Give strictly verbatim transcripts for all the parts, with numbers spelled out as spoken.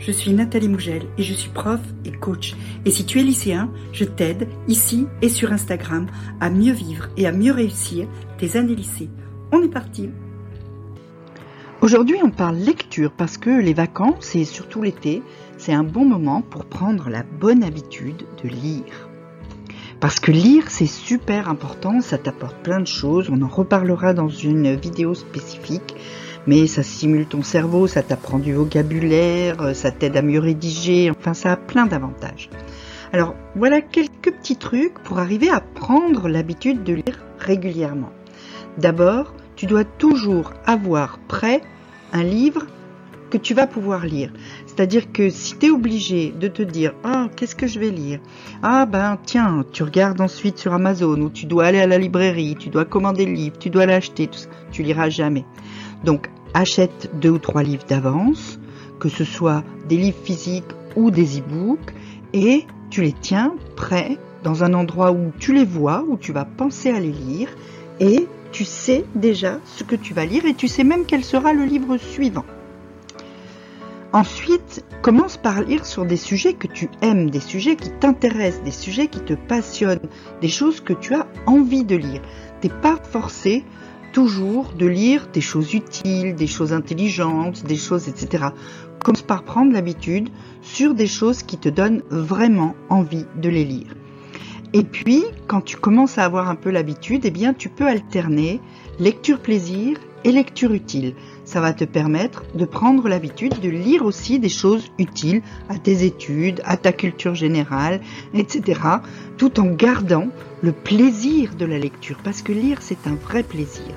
je suis Nathalie Mougel et je suis prof et coach. Et si tu es lycéen, je t'aide ici et sur Instagram à mieux vivre et à mieux réussir tes années lycée. On est parti! Aujourd'hui, on parle lecture parce que les vacances et surtout l'été, c'est un bon moment pour prendre la bonne habitude de lire. Parce que lire, c'est super important, ça t'apporte plein de choses, on en reparlera dans une vidéo spécifique, mais ça stimule ton cerveau, ça t'apprend du vocabulaire, ça t'aide à mieux rédiger, enfin ça a plein d'avantages. Alors voilà quelques petits trucs pour arriver à prendre l'habitude de lire régulièrement. D'abord, tu dois toujours avoir prêt un livre que tu vas pouvoir lire. C'est-à-dire que si tu es obligé de te dire « Ah, qu'est-ce que je vais lire ?»« Ah ben tiens, tu regardes ensuite sur Amazon ou tu dois aller à la librairie, tu dois commander le livre, tu dois l'acheter, tout ça. Tu liras jamais. » Donc achète deux ou trois livres d'avance, que ce soit des livres physiques ou des e-books, et tu les tiens prêts dans un endroit où tu les vois, où tu vas penser à les lire, et tu sais déjà ce que tu vas lire et tu sais même quel sera le livre suivant. Ensuite, commence par lire sur des sujets que tu aimes, des sujets qui t'intéressent, des sujets qui te passionnent, des choses que tu as envie de lire. Tu n'es pas forcé toujours de lire des choses utiles, des choses intelligentes, des choses et cetera. Commence par prendre l'habitude sur des choses qui te donnent vraiment envie de les lire. Et puis, quand tu commences à avoir un peu l'habitude, eh bien, tu peux alterner lecture plaisir et lecture utile. Ça va te permettre de prendre l'habitude de lire aussi des choses utiles à tes études, à ta culture générale, et cetera, tout en gardant le plaisir de la lecture, parce que lire, c'est un vrai plaisir.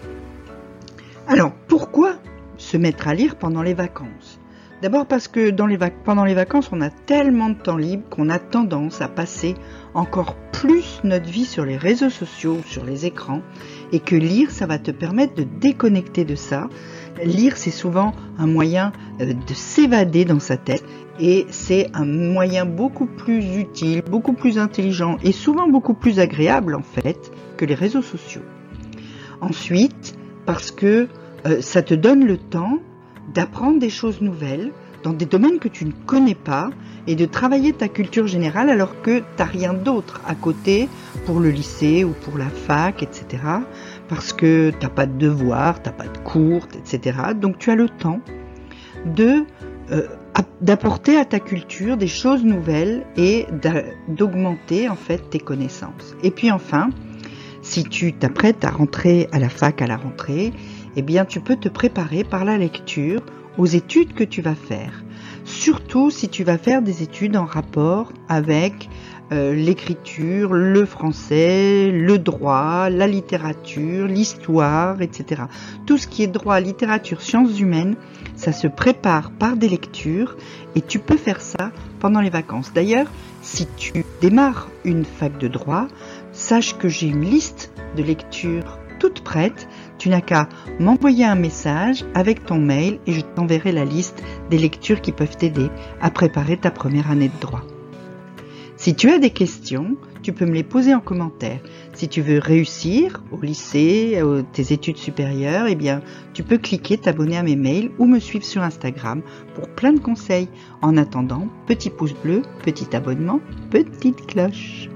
Alors, pourquoi se mettre à lire pendant les vacances ? D'abord parce que dans les vac- pendant les vacances, on a tellement de temps libre qu'on a tendance à passer encore plus notre vie sur les réseaux sociaux, sur les écrans, et que lire, ça va te permettre de déconnecter de ça. Lire, c'est souvent un moyen de s'évader dans sa tête, et c'est un moyen beaucoup plus utile, beaucoup plus intelligent, et souvent beaucoup plus agréable en fait, que les réseaux sociaux. Ensuite, parce que euh, ça te donne le temps d'apprendre des choses nouvelles dans des domaines que tu ne connais pas et de travailler ta culture générale alors que tu n'as rien d'autre à côté pour le lycée ou pour la fac, et cetera. Parce que tu n'as pas de devoirs, tu n'as pas de cours, et cetera. Donc tu as le temps de, euh, d'apporter à ta culture des choses nouvelles et d'augmenter en fait tes connaissances. Et puis enfin, si tu t'apprêtes à rentrer à la fac à la rentrée, eh bien, tu peux te préparer par la lecture aux études que tu vas faire. Surtout si tu vas faire des études en rapport avec euh, l'écriture, le français, le droit, la littérature, l'histoire, et cetera. Tout ce qui est droit, littérature, sciences humaines, ça se prépare par des lectures et tu peux faire ça pendant les vacances. D'ailleurs, si tu démarres une fac de droit, sache que j'ai une liste de lectures toute prête. Tu n'as qu'à m'envoyer un message avec ton mail et je t'enverrai la liste des lectures qui peuvent t'aider à préparer ta première année de droit. Si tu as des questions, tu peux me les poser en commentaire. Si tu veux réussir au lycée, à tes études supérieures, eh bien, tu peux cliquer, t'abonner à mes mails ou me suivre sur Instagram pour plein de conseils. En attendant, petit pouce bleu, petit abonnement, petite cloche.